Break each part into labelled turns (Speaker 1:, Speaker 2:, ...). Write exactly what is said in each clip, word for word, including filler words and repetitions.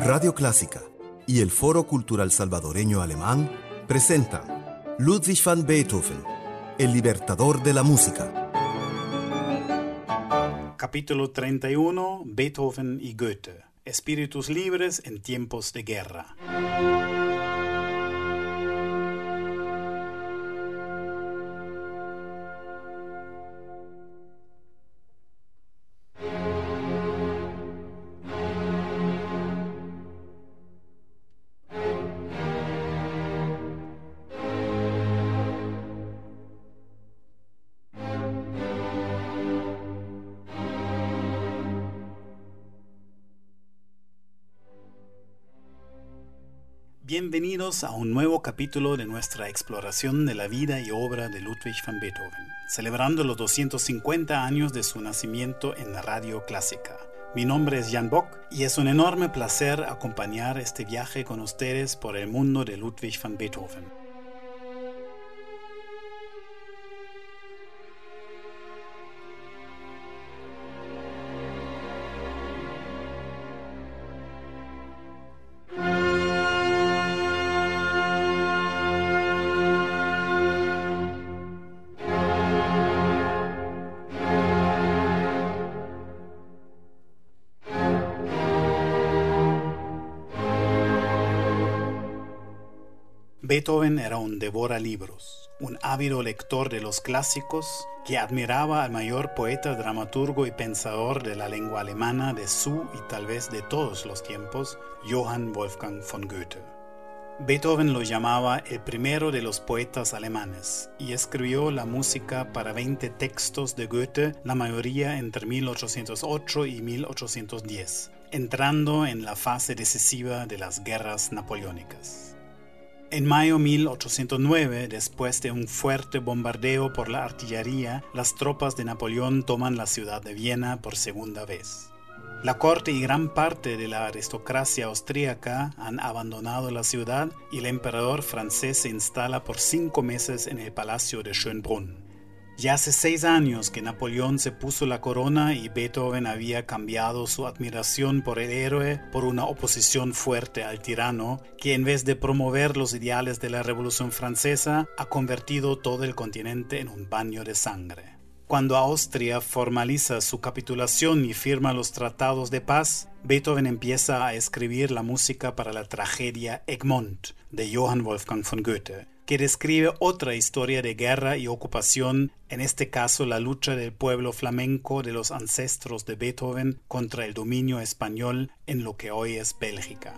Speaker 1: Radio Clásica y el Foro Cultural Salvadoreño Alemán presentan Ludwig van Beethoven, el libertador de la música.
Speaker 2: Capítulo treinta y uno. Beethoven y Goethe. Espíritus libres en tiempos de guerra. Bienvenidos a un nuevo capítulo de nuestra exploración de la vida y obra de Ludwig van Beethoven, celebrando los doscientos cincuenta años de su nacimiento en la Radio Clásica. Mi nombre es Jan Bock y es un enorme placer acompañar este viaje con ustedes por el mundo de Ludwig van Beethoven. Beethoven era un devoralibros, un ávido lector de los clásicos que admiraba al mayor poeta, dramaturgo y pensador de la lengua alemana de su y tal vez de todos los tiempos, Johann Wolfgang von Goethe. Beethoven lo llamaba el primero de los poetas alemanes y escribió la música para veinte textos de Goethe, la mayoría entre mil ochocientos ocho y mil ochocientos diez, entrando en la fase decisiva de las guerras napoleónicas. En mayo de mil ochocientos nueve, después de un fuerte bombardeo por la artillería, las tropas de Napoleón toman la ciudad de Viena por segunda vez. La corte y gran parte de la aristocracia austríaca han abandonado la ciudad y el emperador francés se instala por cinco meses en el palacio de Schönbrunn. Ya hace seis años que Napoleón se puso la corona y Beethoven había cambiado su admiración por el héroe por una oposición fuerte al tirano que en vez de promover los ideales de la Revolución Francesa ha convertido todo el continente en un baño de sangre. Cuando Austria formaliza su capitulación y firma los tratados de paz, Beethoven empieza a escribir la música para la tragedia Egmont de Johann Wolfgang von Goethe, que describe otra historia de guerra y ocupación, en este caso la lucha del pueblo flamenco de los ancestros de Beethoven contra el dominio español en lo que hoy es Bélgica.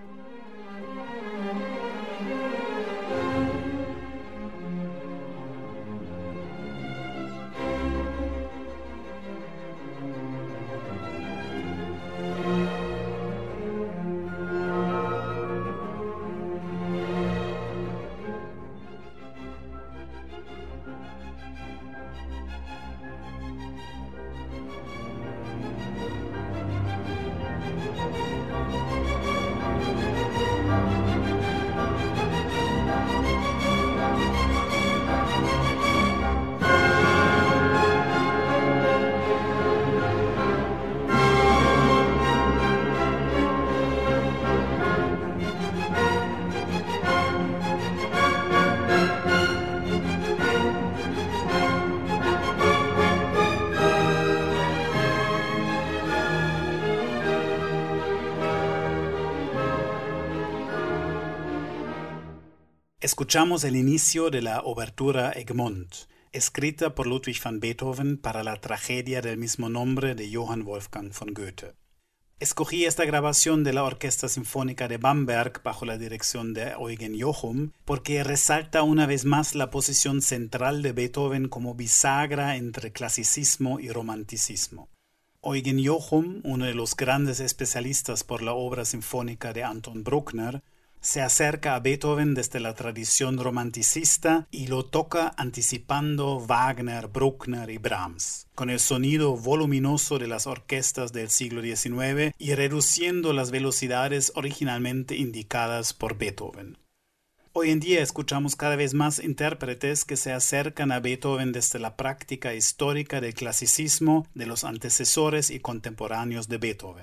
Speaker 2: Escuchamos el inicio de la obertura Egmont, escrita por Ludwig van Beethoven para la tragedia del mismo nombre de Johann Wolfgang von Goethe. Escogí esta grabación de la Orquesta Sinfónica de Bamberg bajo la dirección de Eugen Jochum porque resalta una vez más la posición central de Beethoven como bisagra entre clasicismo y romanticismo. Eugen Jochum, uno de los grandes especialistas por la obra sinfónica de Anton Bruckner, se acerca a Beethoven desde la tradición romanticista y lo toca anticipando Wagner, Bruckner y Brahms, con el sonido voluminoso de las orquestas del siglo diecinueve y reduciendo las velocidades originalmente indicadas por Beethoven. Hoy en día escuchamos cada vez más intérpretes que se acercan a Beethoven desde la práctica histórica del clasicismo de los antecesores y contemporáneos de Beethoven,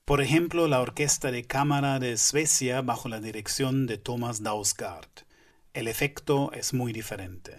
Speaker 2: Por ejemplo, la Orquesta de Cámara de Suecia bajo la dirección de Thomas Dausgaard. El efecto es muy diferente.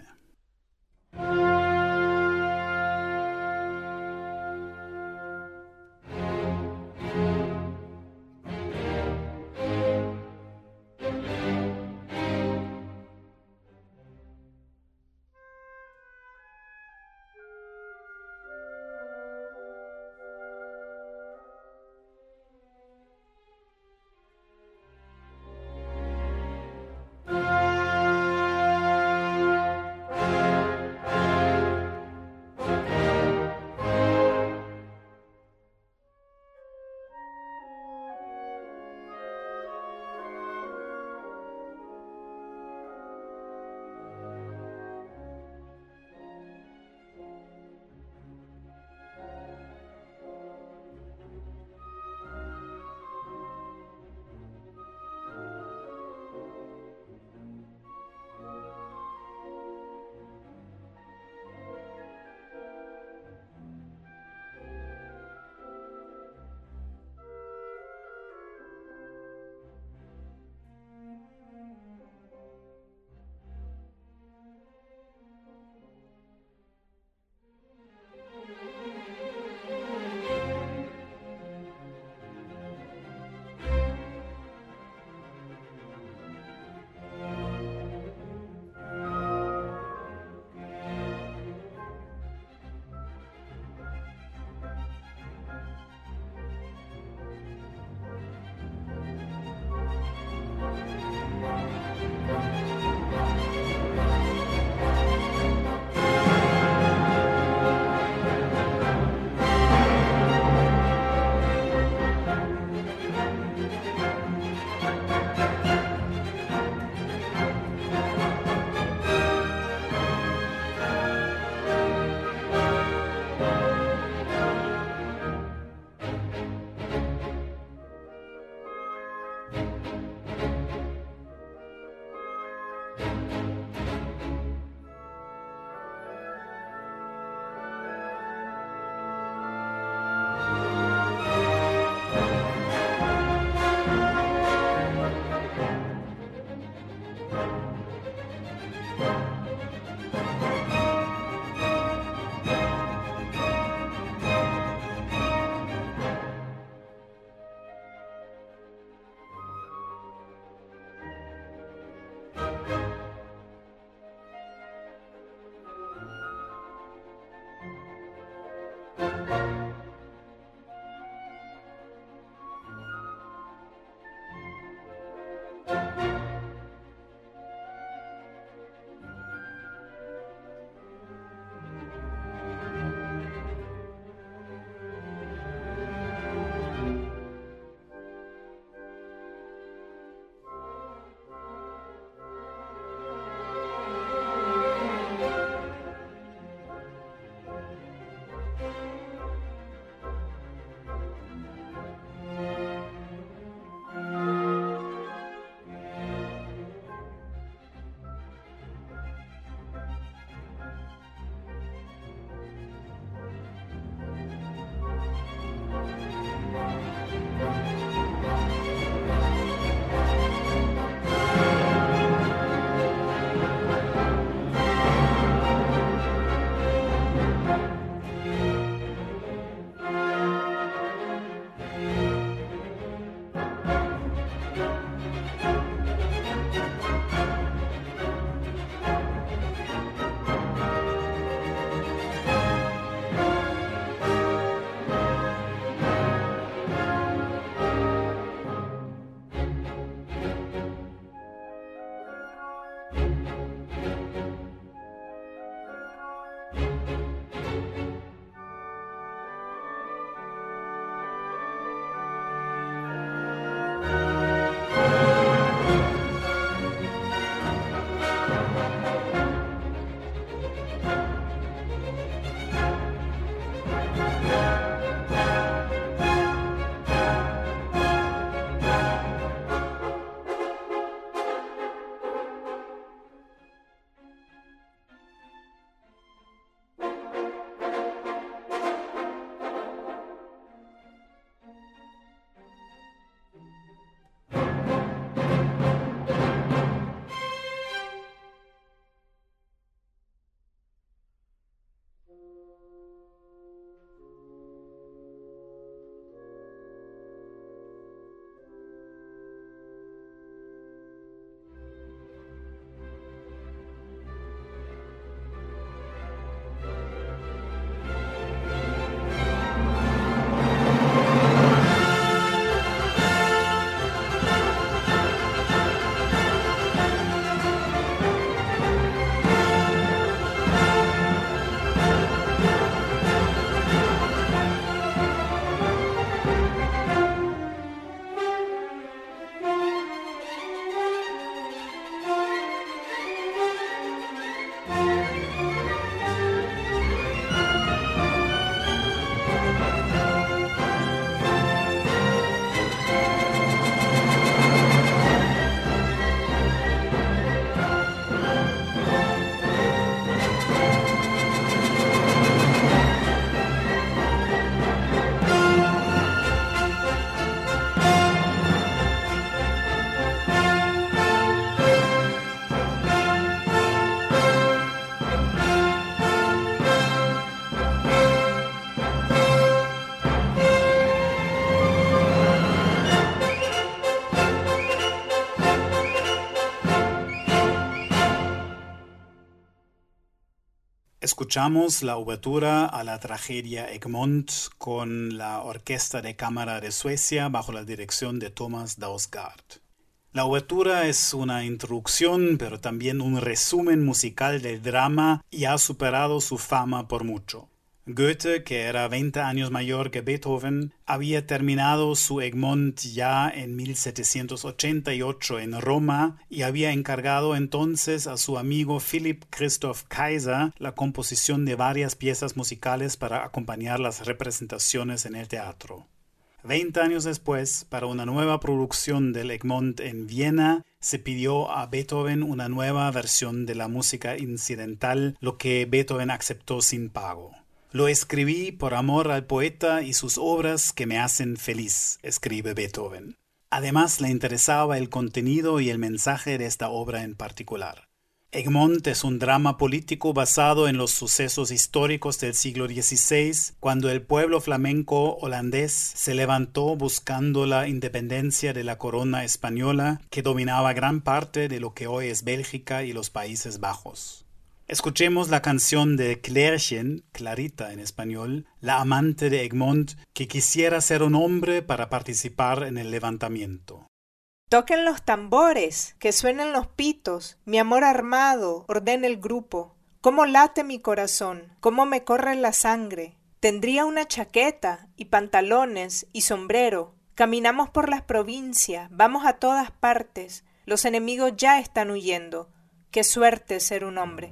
Speaker 2: Escuchamos la obertura a la tragedia Egmont con la Orquesta de Cámara de Suecia bajo la dirección de Thomas Dausgaard. La obertura es una introducción, pero también un resumen musical del drama y ha superado su fama por mucho. Goethe, que era veinte años mayor que Beethoven, había terminado su Egmont ya en mil setecientos ochenta y ocho en Roma y había encargado entonces a su amigo Philipp Christoph Kaiser la composición de varias piezas musicales para acompañar las representaciones en el teatro. Veinte años después, para una nueva producción del Egmont en Viena, se pidió a Beethoven una nueva versión de la música incidental, lo que Beethoven aceptó sin pago. Lo escribí por amor al poeta y sus obras que me hacen feliz, escribe Beethoven. Además, le interesaba el contenido y el mensaje de esta obra en particular. Egmont es un drama político basado en los sucesos históricos del siglo dieciséis, cuando el pueblo flamenco holandés se levantó buscando la independencia de la corona española que dominaba gran parte de lo que hoy es Bélgica y los Países Bajos. Escuchemos la canción de Klärchen, Clarita en español, la amante de Egmont, que quisiera ser un hombre para participar en el levantamiento.
Speaker 3: Toquen los tambores, que suenen los pitos, mi amor armado ordena el grupo. Cómo late mi corazón, cómo me corre la sangre. Tendría una chaqueta y pantalones y sombrero. Caminamos por las provincias, vamos a todas partes. Los enemigos ya están huyendo. Qué suerte ser un hombre.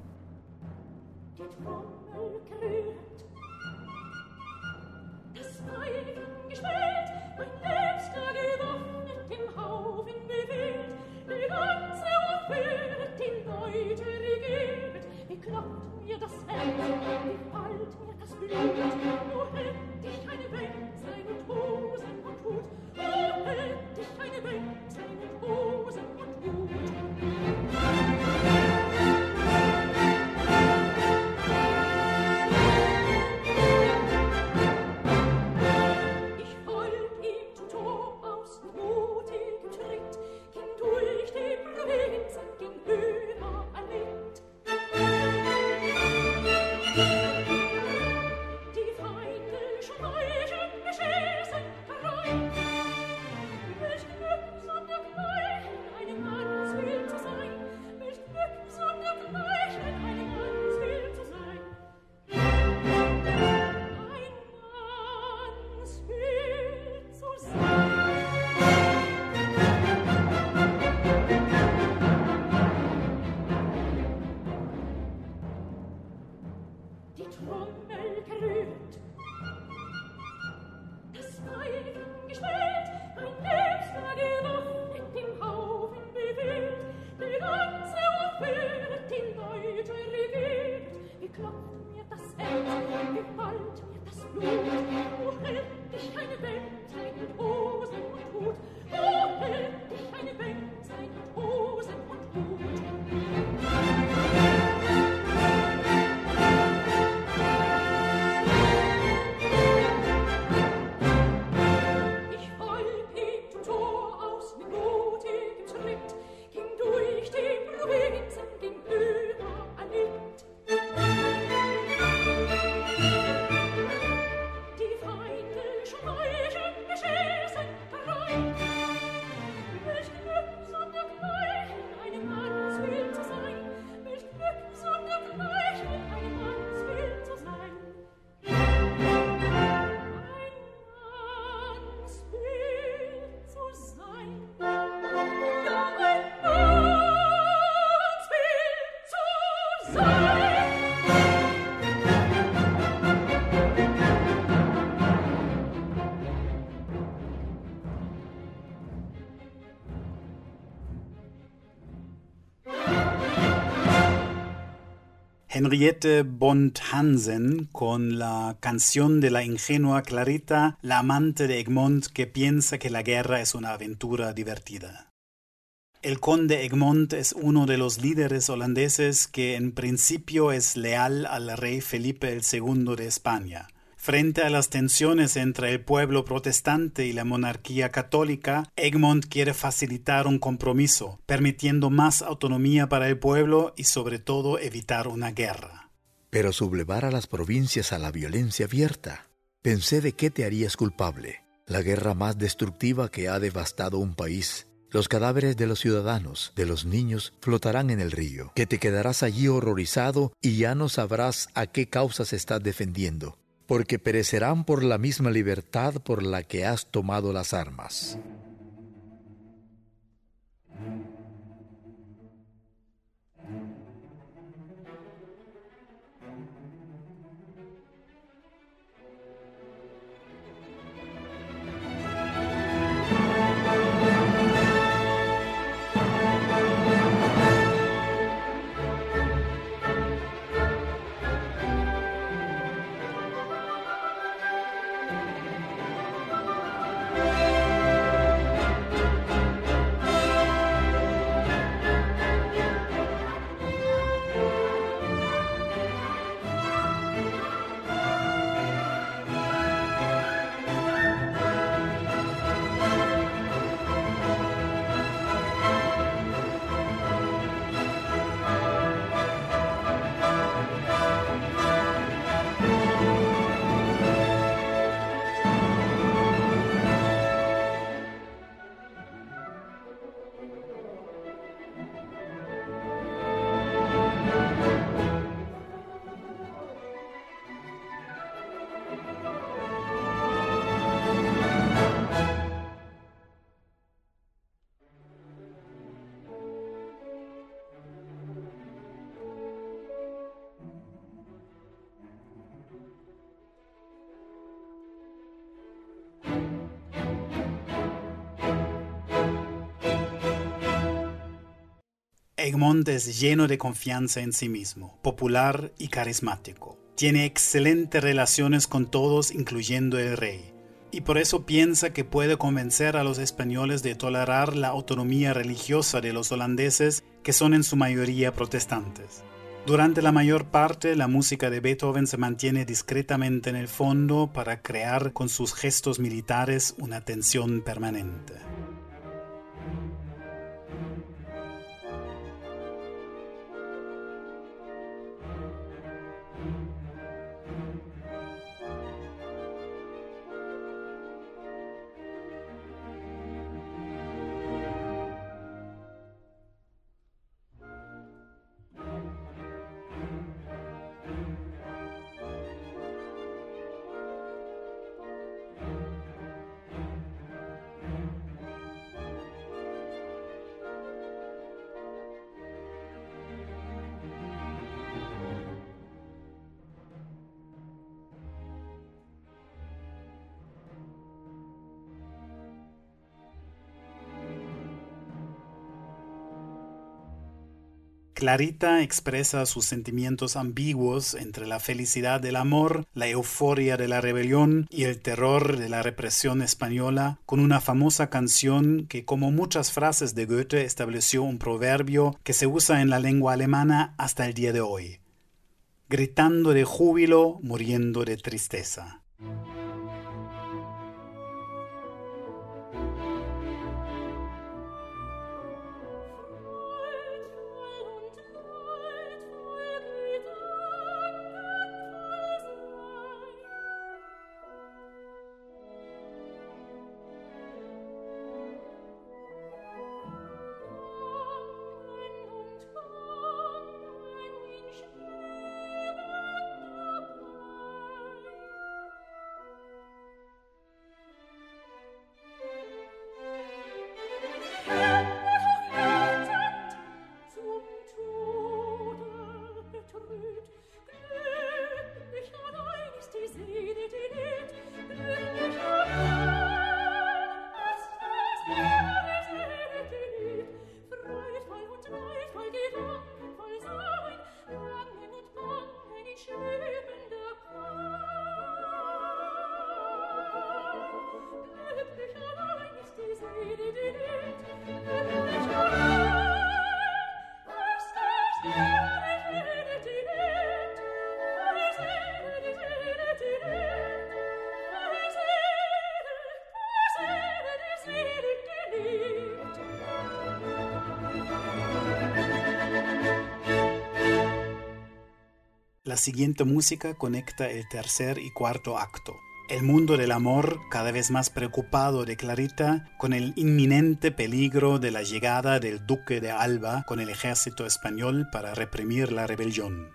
Speaker 2: Henriette Bond Hansen con la canción de la ingenua Clarita, la amante de Egmont que piensa que la guerra es una aventura divertida. El conde Egmont es uno de los líderes holandeses que en principio es leal al rey Felipe el segundo de España. Frente a las tensiones entre el pueblo protestante y la monarquía católica, Egmont quiere facilitar un compromiso, permitiendo más autonomía para el pueblo y sobre todo evitar una guerra.
Speaker 4: Pero sublevar a las provincias a la violencia abierta, pensé de qué te harías culpable. La guerra más destructiva que ha devastado un país. Los cadáveres de los ciudadanos, de los niños, flotarán en el río, que te quedarás allí horrorizado y ya no sabrás a qué causas estás defendiendo, porque perecerán por la misma libertad por la que has tomado las armas.
Speaker 2: Egmont es lleno de confianza en sí mismo, popular y carismático. Tiene excelentes relaciones con todos, incluyendo el rey, y por eso piensa que puede convencer a los españoles de tolerar la autonomía religiosa de los holandeses, que son en su mayoría protestantes. Durante la mayor parte, la música de Beethoven se mantiene discretamente en el fondo para crear con sus gestos militares una tensión permanente. Clarita expresa sus sentimientos ambiguos entre la felicidad del amor, la euforia de la rebelión y el terror de la represión española, con una famosa canción que, como muchas frases de Goethe, estableció un proverbio que se usa en la lengua alemana hasta el día de hoy: gritando de júbilo, muriendo de tristeza. La siguiente música conecta el tercer y cuarto acto. El mundo del amor, cada vez más preocupado de Clarita, con el inminente peligro de la llegada del duque de Alba con el ejército español para reprimir la rebelión.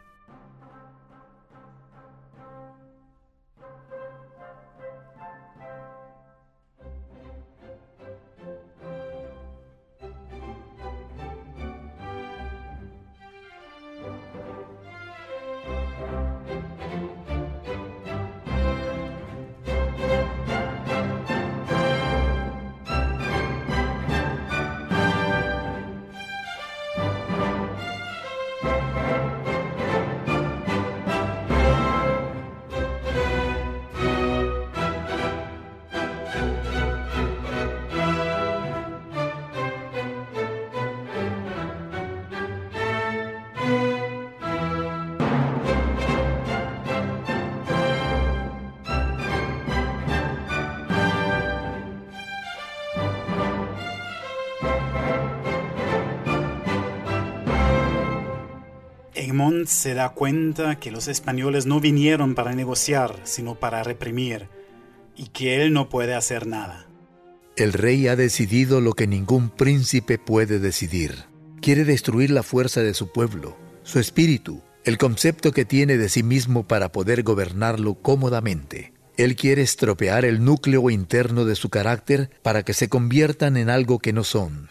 Speaker 2: Egmont se da cuenta que los españoles no vinieron para negociar, sino para reprimir, y que él no puede hacer nada.
Speaker 4: El rey ha decidido lo que ningún príncipe puede decidir. Quiere destruir la fuerza de su pueblo, su espíritu, el concepto que tiene de sí mismo para poder gobernarlo cómodamente. Él quiere estropear el núcleo interno de su carácter para que se conviertan en algo que no son.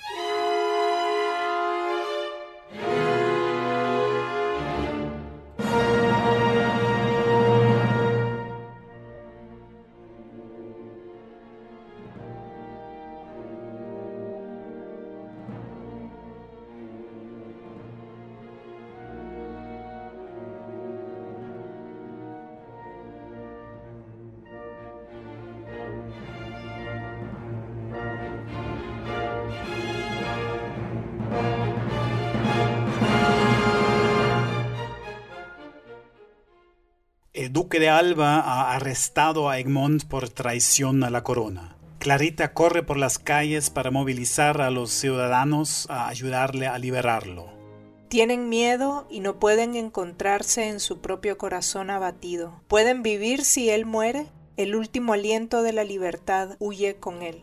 Speaker 2: El duque de Alba ha arrestado a Egmont por traición a la corona. Clarita corre por las calles para movilizar a los ciudadanos a ayudarle a liberarlo.
Speaker 3: Tienen miedo y no pueden encontrarse en su propio corazón abatido. ¿Pueden vivir si él muere? El último aliento de la libertad huye con él.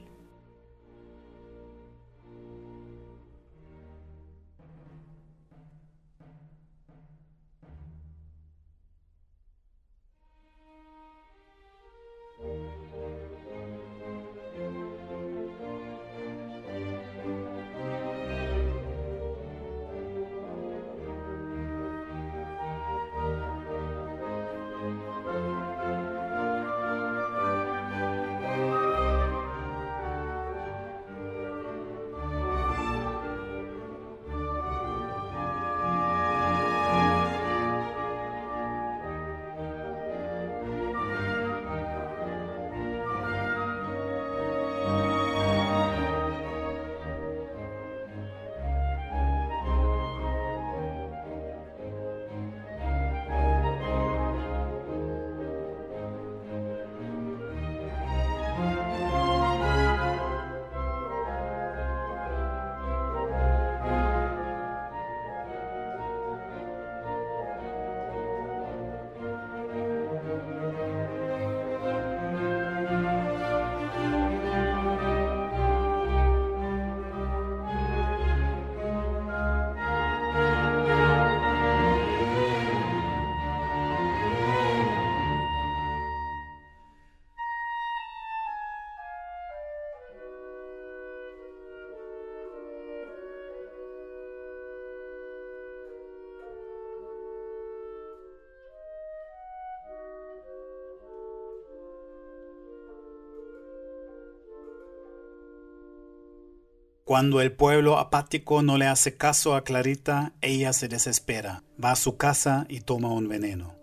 Speaker 2: Cuando el pueblo apático no le hace caso a Clarita, ella se desespera, va a su casa y toma un veneno.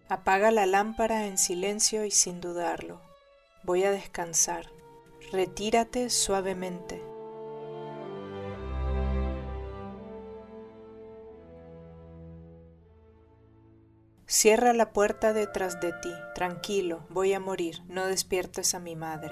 Speaker 3: Apaga la lámpara en silencio y sin dudarlo. Voy a descansar. Retírate suavemente. Cierra la puerta detrás de ti. Tranquilo, voy a morir. No despiertes a mi madre.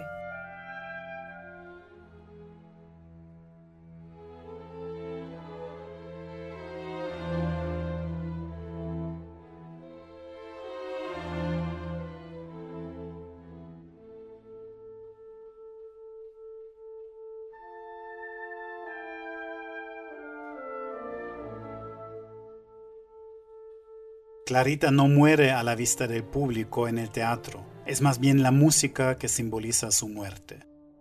Speaker 2: Clarita no muere a la vista del público en el teatro, es más bien la música que simboliza su muerte.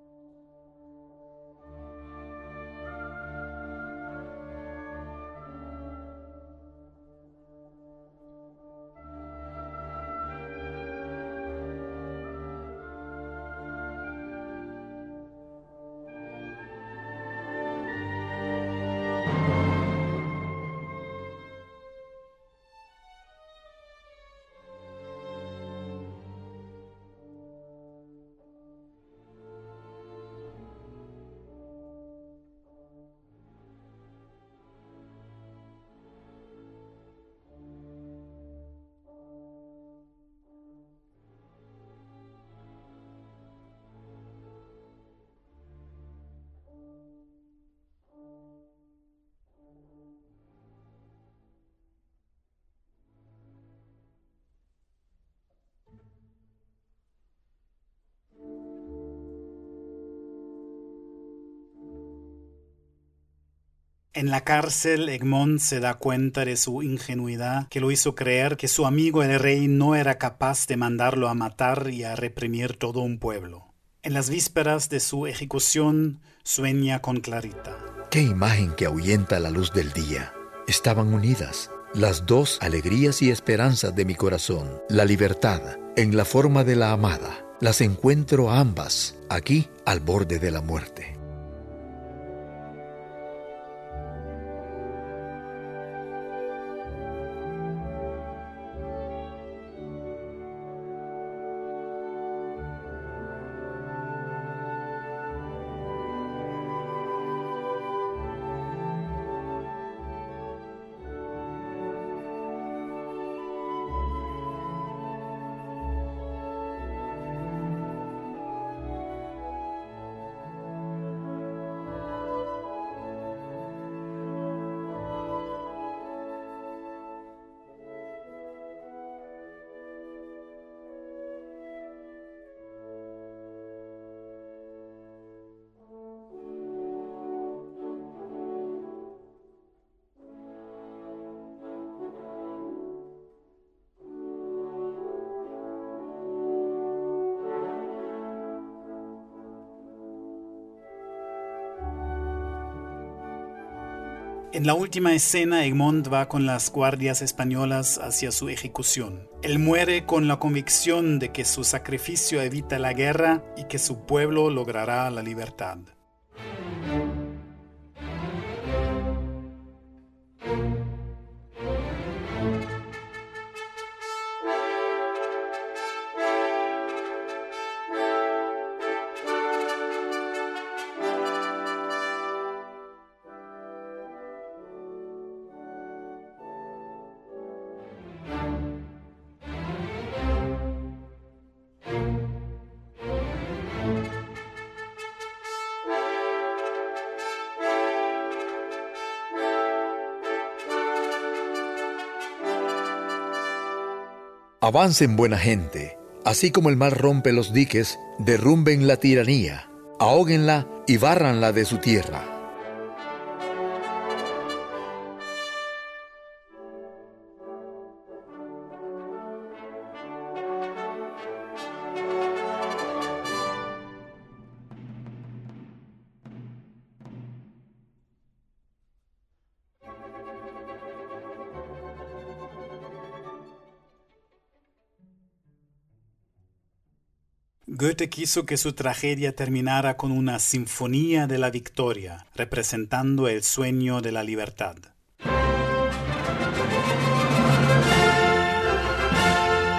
Speaker 2: En la cárcel, Egmont se da cuenta de su ingenuidad que lo hizo creer que su amigo el rey no era capaz de mandarlo a matar y a reprimir todo un pueblo. En las vísperas de su ejecución, sueña con Clarita.
Speaker 4: ¡Qué imagen que ahuyenta la luz del día! Estaban unidas las dos alegrías y esperanzas de mi corazón. La libertad en la forma de la amada. Las encuentro a ambas aquí al borde de la muerte.
Speaker 2: En la última escena, Egmont va con las guardias españolas hacia su ejecución. Él muere con la convicción de que su sacrificio evita la guerra y que su pueblo logrará la libertad.
Speaker 4: Avancen, buena gente, así como el mar rompe los diques, derrumben la tiranía, ahóguenla y bárranla de su tierra.
Speaker 2: Goethe quiso que su tragedia terminara con una sinfonía de la victoria, representando el sueño de la libertad.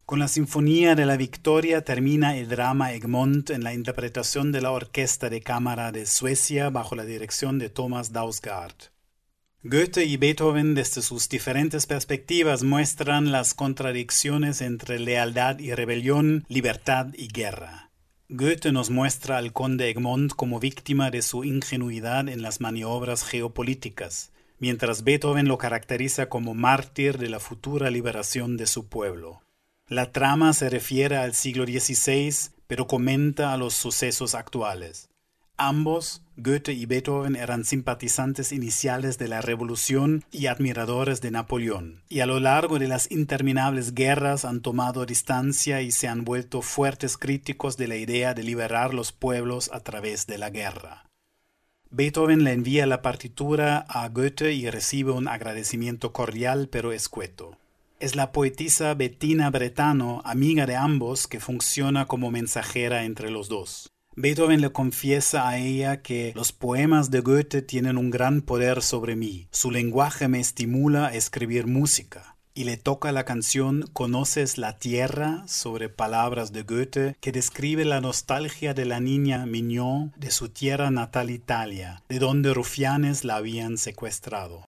Speaker 2: Con la Sinfonía de la Victoria termina el drama Egmont en la interpretación de la Orquesta de Cámara de Suecia bajo la dirección de Thomas Dausgaard. Goethe y Beethoven desde sus diferentes perspectivas muestran las contradicciones entre lealtad y rebelión, libertad y guerra. Goethe nos muestra al conde Egmont como víctima de su ingenuidad en las maniobras geopolíticas, mientras Beethoven lo caracteriza como mártir de la futura liberación de su pueblo. La trama se refiere al siglo dieciséis, pero comenta a los sucesos actuales. Ambos, Goethe y Beethoven, eran simpatizantes iniciales de la Revolución y admiradores de Napoleón, y a lo largo de las interminables guerras han tomado distancia y se han vuelto fuertes críticos de la idea de liberar los pueblos a través de la guerra. Beethoven le envía la partitura a Goethe y recibe un agradecimiento cordial pero escueto. Es la poetisa Bettina Bretano, amiga de ambos, que funciona como mensajera entre los dos. Beethoven le confiesa a ella que los poemas de Goethe tienen un gran poder sobre mí. Su lenguaje me estimula a escribir música. Y le toca la canción ¿Conoces la tierra?, sobre palabras de Goethe, que describe la nostalgia de la niña Mignon de su tierra natal Italia, de donde rufianes la habían secuestrado.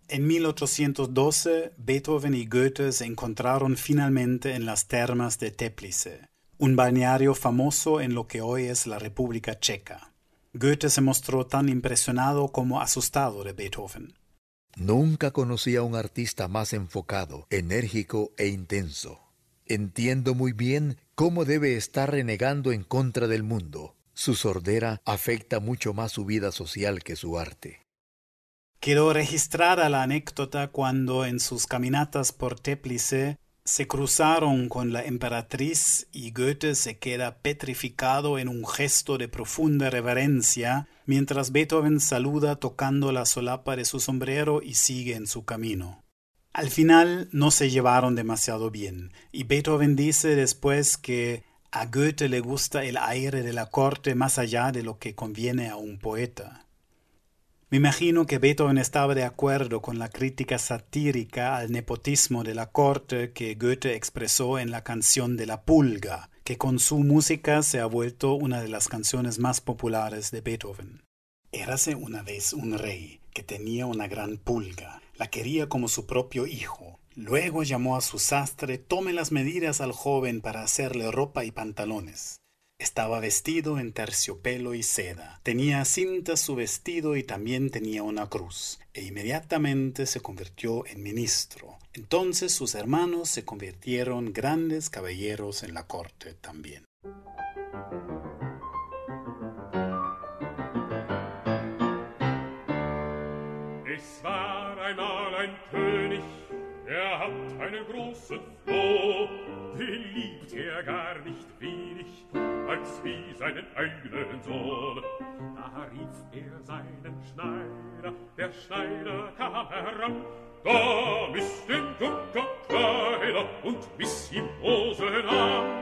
Speaker 2: En mil ochocientos doce, Beethoven y Goethe se encontraron finalmente en las termas de Teplice, un balneario famoso en lo que hoy es la República Checa. Goethe se mostró tan impresionado como asustado de Beethoven.
Speaker 4: Nunca conocí a un artista más enfocado, enérgico e intenso. Entiendo muy bien cómo debe estar renegando en contra del mundo. Su sordera afecta mucho más su vida social que su arte.
Speaker 2: Quedó registrada la anécdota cuando en sus caminatas por Teplice se cruzaron con la emperatriz y Goethe se queda petrificado en un gesto de profunda reverencia, mientras Beethoven saluda tocando la solapa de su sombrero y sigue en su camino. Al final no se llevaron demasiado bien, y Beethoven dice después que a Goethe le gusta el aire de la corte más allá de lo que conviene a un poeta. Me imagino que Beethoven estaba de acuerdo con la crítica satírica al nepotismo de la corte que Goethe expresó en la canción de la Pulga, que con su música se ha vuelto una de las canciones más populares de Beethoven. Érase una vez un rey que tenía una gran pulga, la quería como su propio hijo. Luego llamó a su sastre, tome las medidas al joven para hacerle ropa y pantalones. Estaba vestido en terciopelo y seda, tenía cintas su vestido y también tenía una cruz, e inmediatamente se convirtió en ministro. Entonces sus hermanos se convirtieron grandes caballeros en la corte también.
Speaker 5: Es war einmal ein König, er hat einen großen Floh, den liebt er gar nicht wenig, als wie seinen eigenen Sohn. Da rief er seinen Schneider, der Schneider kam heran, da miss den Junker Kleider und miss ihm Hosen an.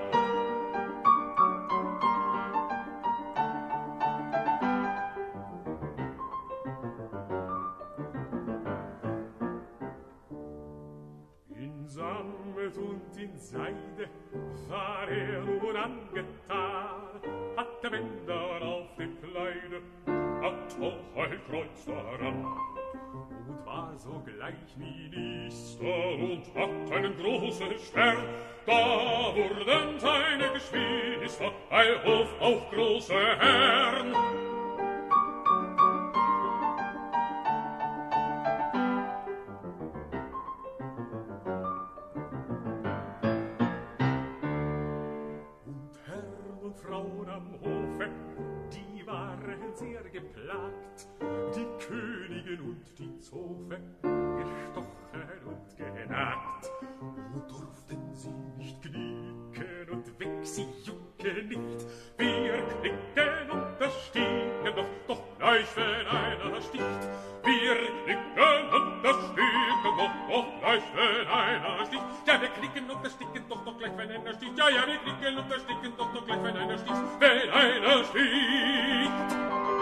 Speaker 5: In Sammet und in Seide war er nun angetan, hatte Bänder auf dem Kleide, hat auch ein Kreuz daran, und war sogleich Minister und hat einen großen Stern. Da wurden seine Geschwister allhof auch große Herren. Frauen am Hofe, die waren sehr geplagt, die Königin und die Zofe, gestochen und genagt. Und durften sie nicht knicken und weg sie jucken nicht. Wir knicken und ersticken doch, doch gleich, wenn einer sticht. Wir knicken und ersticken doch, doch gleich, wenn einer sticht. Ja, wir knicken und ersticken doch, doch gleich, wenn einer sticht. Ja, ja, wir knicken und ersticken doch, doch gleich, wenn einer sticht. Wenn einer sticht.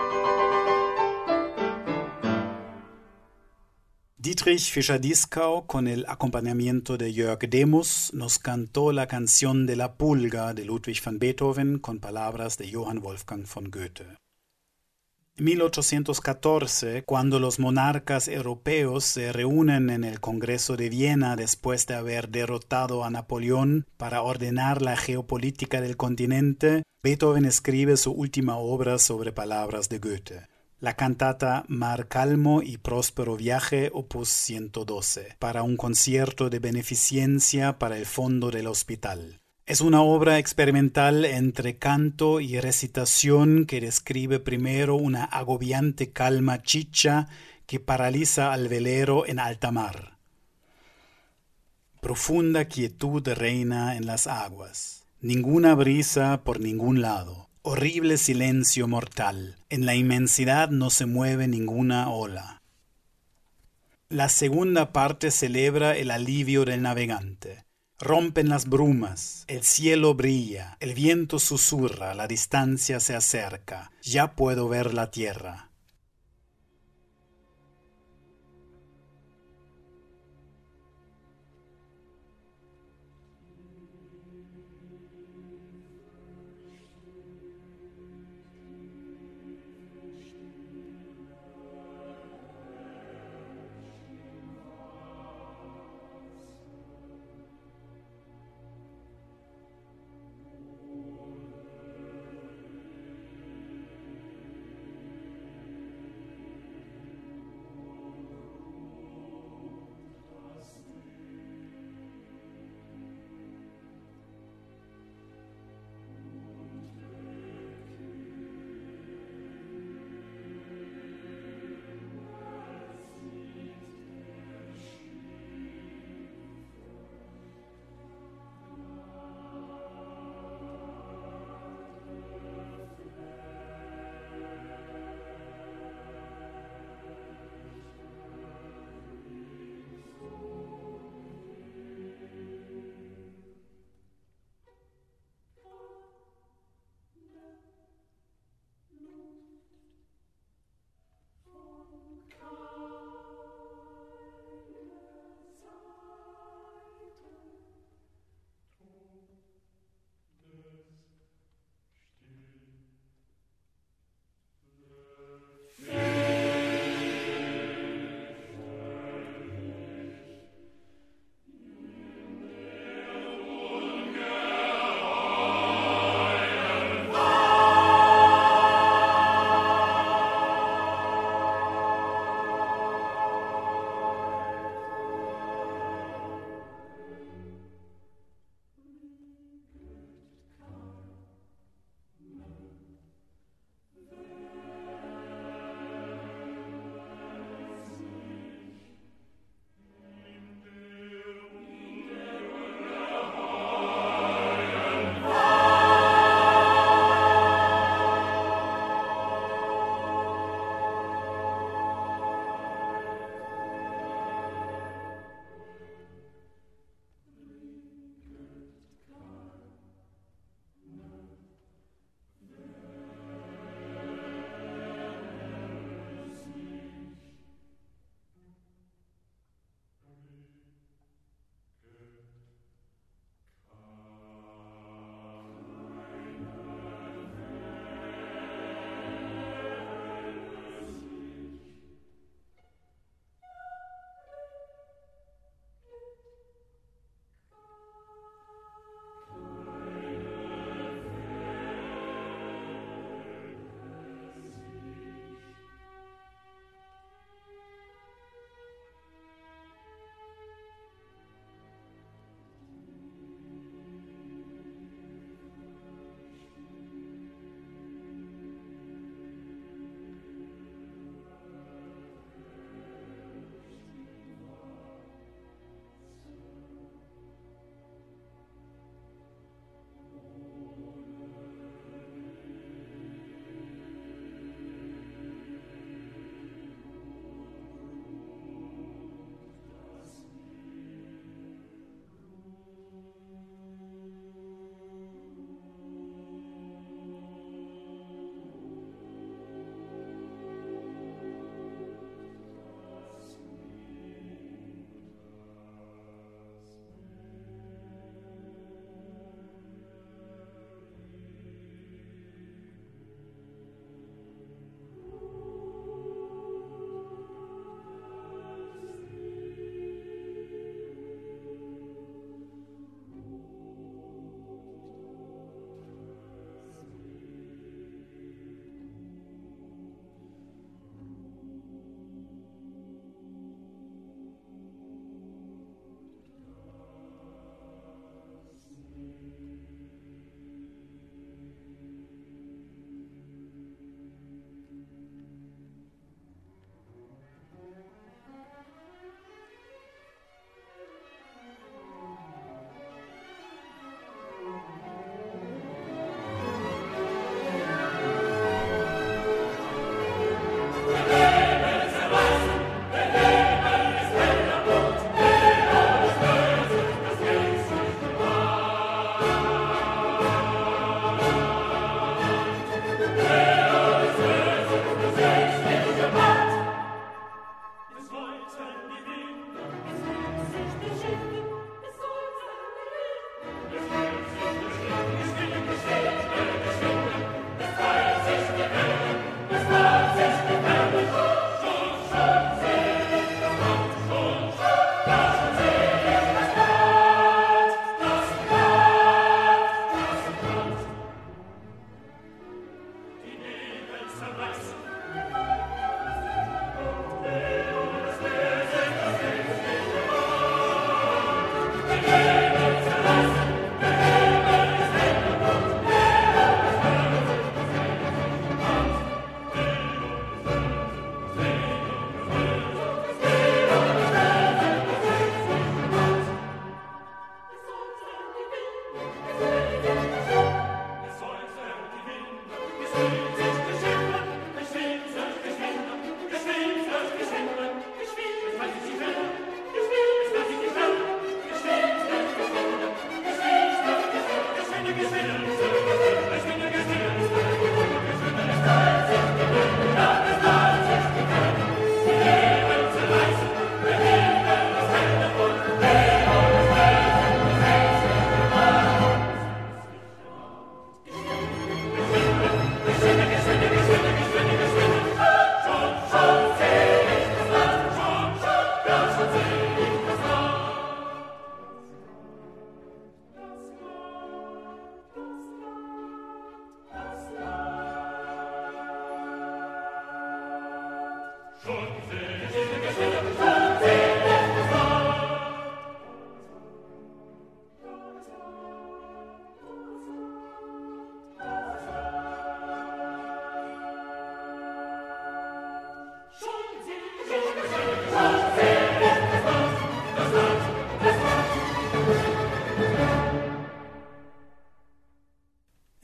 Speaker 2: Dietrich Fischer-Dieskau, con el acompañamiento de Jörg Demus, nos cantó la canción de la Pulga de Ludwig van Beethoven con palabras de Johann Wolfgang von Goethe. En mil ochocientos catorce, cuando los monarcas europeos se reúnen en el Congreso de Viena después de haber derrotado a Napoleón para ordenar la geopolítica del continente, Beethoven escribe su última obra sobre palabras de Goethe. La cantata Mar Calmo y Próspero Viaje, opus ciento doce, para un concierto de beneficencia para el fondo del hospital. Es una obra experimental entre canto y recitación que describe primero una agobiante calma chicha que paraliza al velero en alta mar. Profunda quietud reina en las aguas, ninguna brisa por ningún lado. Horrible silencio mortal, en la inmensidad no se mueve ninguna ola. La segunda parte celebra el alivio del navegante. Rompen las brumas, el cielo brilla, el viento susurra, la distancia se acerca, ya puedo ver la tierra.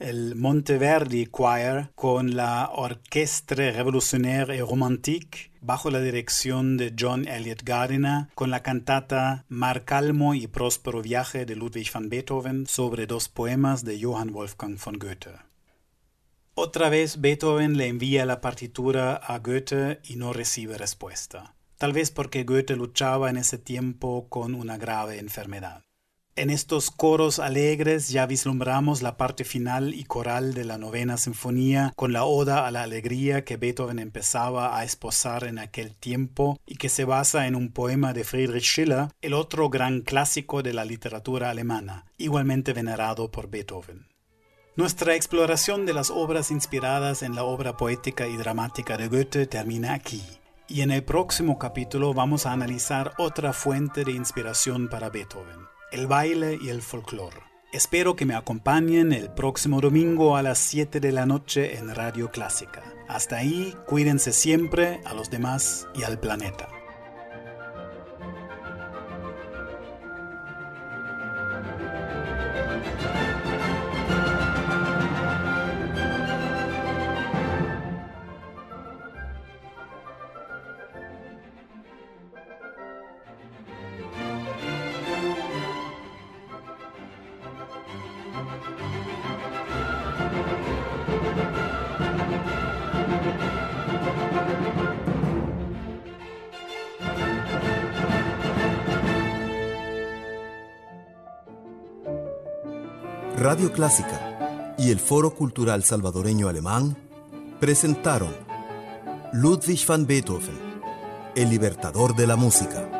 Speaker 2: el Monteverdi Choir con la Orchestre Révolutionnaire et Romantique bajo la dirección de John Eliot Gardiner, con la cantata Mar calmo y próspero viaje de Ludwig van Beethoven sobre dos poemas de Johann Wolfgang von Goethe. Otra vez Beethoven le envía la partitura a Goethe y no recibe respuesta, tal vez porque Goethe luchaba en ese tiempo con una grave enfermedad. En estos coros alegres ya vislumbramos la parte final y coral de la novena sinfonía con la oda a la alegría que Beethoven empezaba a esposar en aquel tiempo y que se basa en un poema de Friedrich Schiller, el otro gran clásico de la literatura alemana, igualmente venerado por Beethoven. Nuestra exploración de las obras inspiradas en la obra poética y dramática de Goethe termina aquí, y en el próximo capítulo vamos a analizar otra fuente de inspiración para Beethoven: el baile y el folclore. Espero que me acompañen el próximo domingo a las siete de la noche en Radio Clásica. Hasta ahí, cuídense siempre, a los demás y al planeta.
Speaker 1: Radio Clásica y el Foro Cultural Salvadoreño Alemán presentaron Ludwig van Beethoven, el libertador de la música.